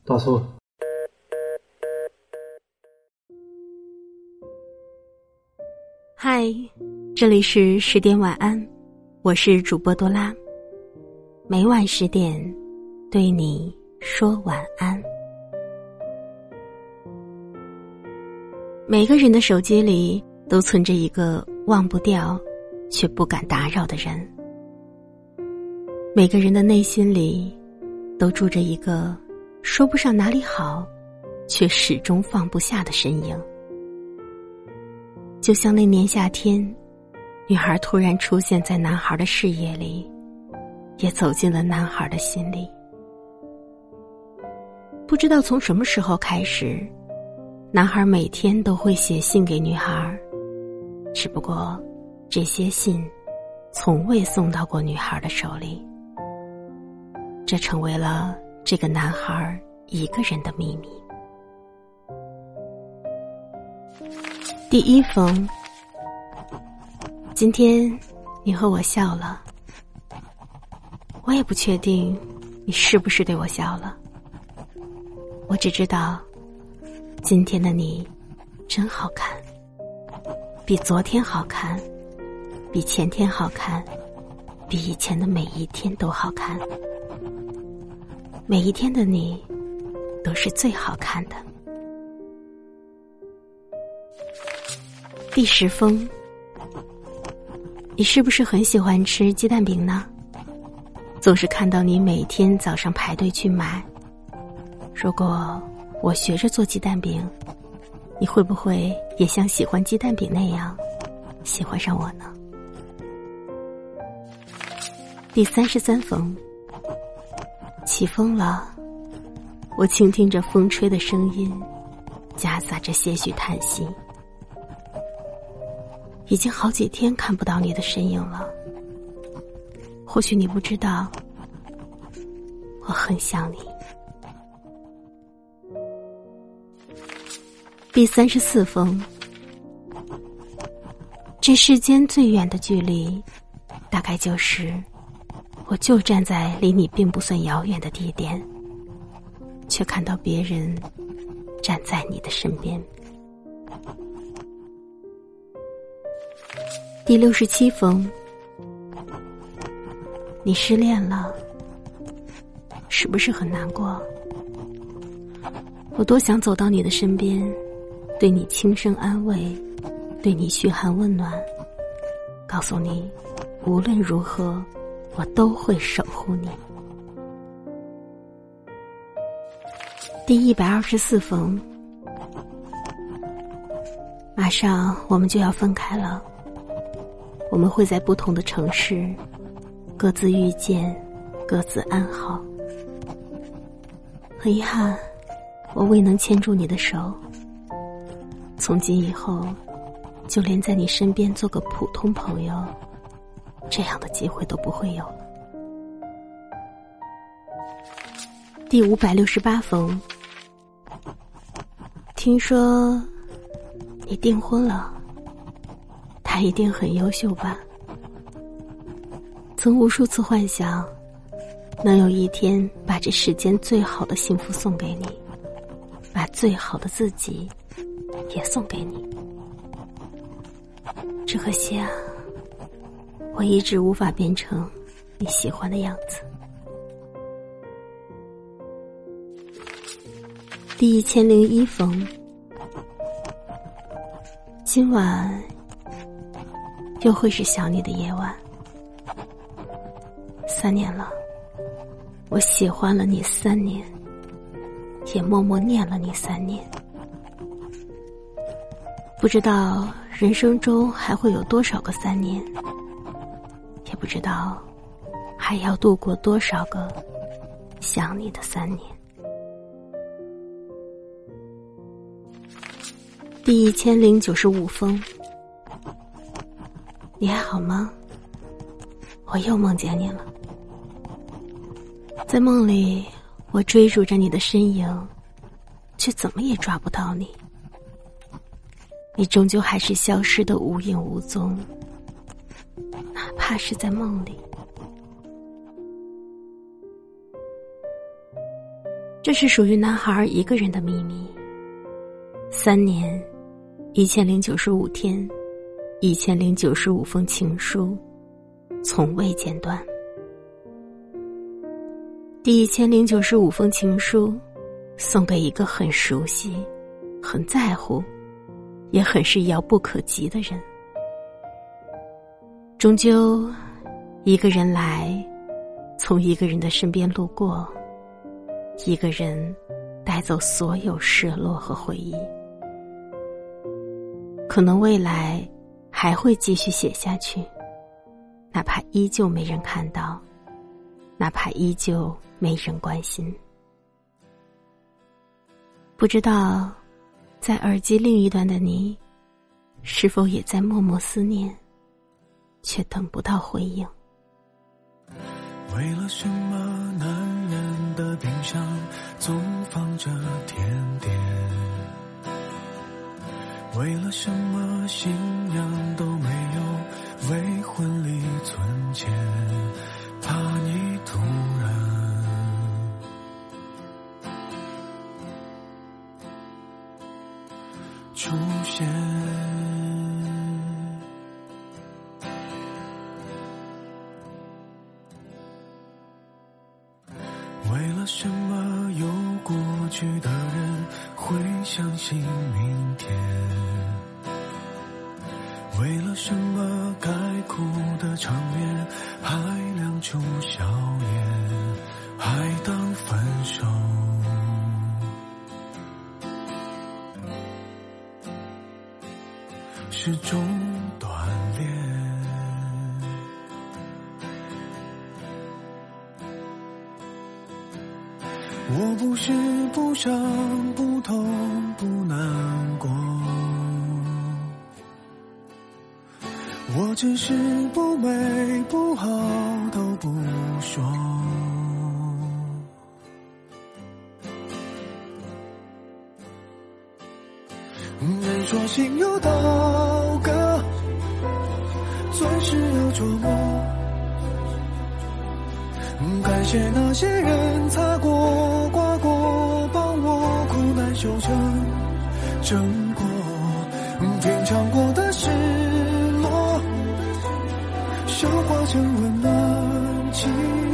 打错了。 嗨，这里是10点晚安，我是主播多拉。每晚10点，对你说晚安。每个人的手机里都存着一个忘不掉却不敢打扰的人，每个人的内心里都住着一个说不上哪里好却始终放不下的身影。就像那年夏天，女孩突然出现在男孩的视野里，也走进了男孩的心里。不知道从什么时候开始，男孩每天都会写信给女孩，只不过这些信从未送到过女孩的手里。这成为了这个男孩一个人的秘密。第一封，今天你和我笑了，我也不确定你是不是对我笑了，我只知道今天的你真好看，比昨天好看，比前天好看，比以前的每一天都好看。每一天的你都是最好看的。第10封，你是不是很喜欢吃鸡蛋饼呢？总是看到你每天早上排队去买。如果我学着做鸡蛋饼，你会不会也像喜欢鸡蛋饼那样喜欢上我呢？第33封，起风了，我倾听着风吹的声音，夹杂着些许叹息。已经好几天看不到你的身影了，或许你不知道，我很想你。第34封，这世间最远的距离，大概就是我就站在离你并不算遥远的地点，却看到别人站在你的身边。第67封，你失恋了，是不是很难过？我多想走到你的身边，对你轻声安慰，对你嘘寒问暖，告诉你无论如何我都会守护你。第124封，马上我们就要分开了，我们会在不同的城市各自遇见，各自安好。很遗憾，我未能牵住你的手，从今以后就连在你身边做个普通朋友，这样的机会都不会有了。第568封，听说你订婚了，他一定很优秀吧？曾无数次幻想能有一天把这世间最好的幸福送给你，把最好的自己也送给你。只可惜啊，我一直无法变成你喜欢的样子。第1001封，今晚又会是想你的夜晚。3年了，我喜欢了你3年，也默默念了你3年。不知道人生中还会有多少个3年，也不知道还要度过多少个想你的3年。第1095封，你还好吗？我又梦见你了。在梦里，我追逐着你的身影，却怎么也抓不到你。你终究还是消失得无影无踪，哪怕是在梦里。 这是属于男孩一个人的秘密。3年1095天1095封情书，从未间断。第1095封情书送给一个很熟悉、很在乎，也很是遥不可及的人。终究一个人来，从一个人的身边路过，一个人带走所有失落和回忆。可能未来还会继续写下去，哪怕依旧没人看到，哪怕依旧没人关心。不知道在耳机另一端的你，是否也在默默思念，却等不到回应。 为了什么男人的冰箱总放着甜点？为了什么新娘都没有为婚礼存钱？怕你突然出现。为了什么有过去的人会相信明天？为了什么该哭的场面还亮出笑颜，还当分手？是种锻炼。我不是不伤不痛不难过，我只是不美不好都不说。人说心有刀割，钻石要琢磨。感谢那些人擦过刮过，帮我苦难修成正果。品尝过的失落，消化成温暖情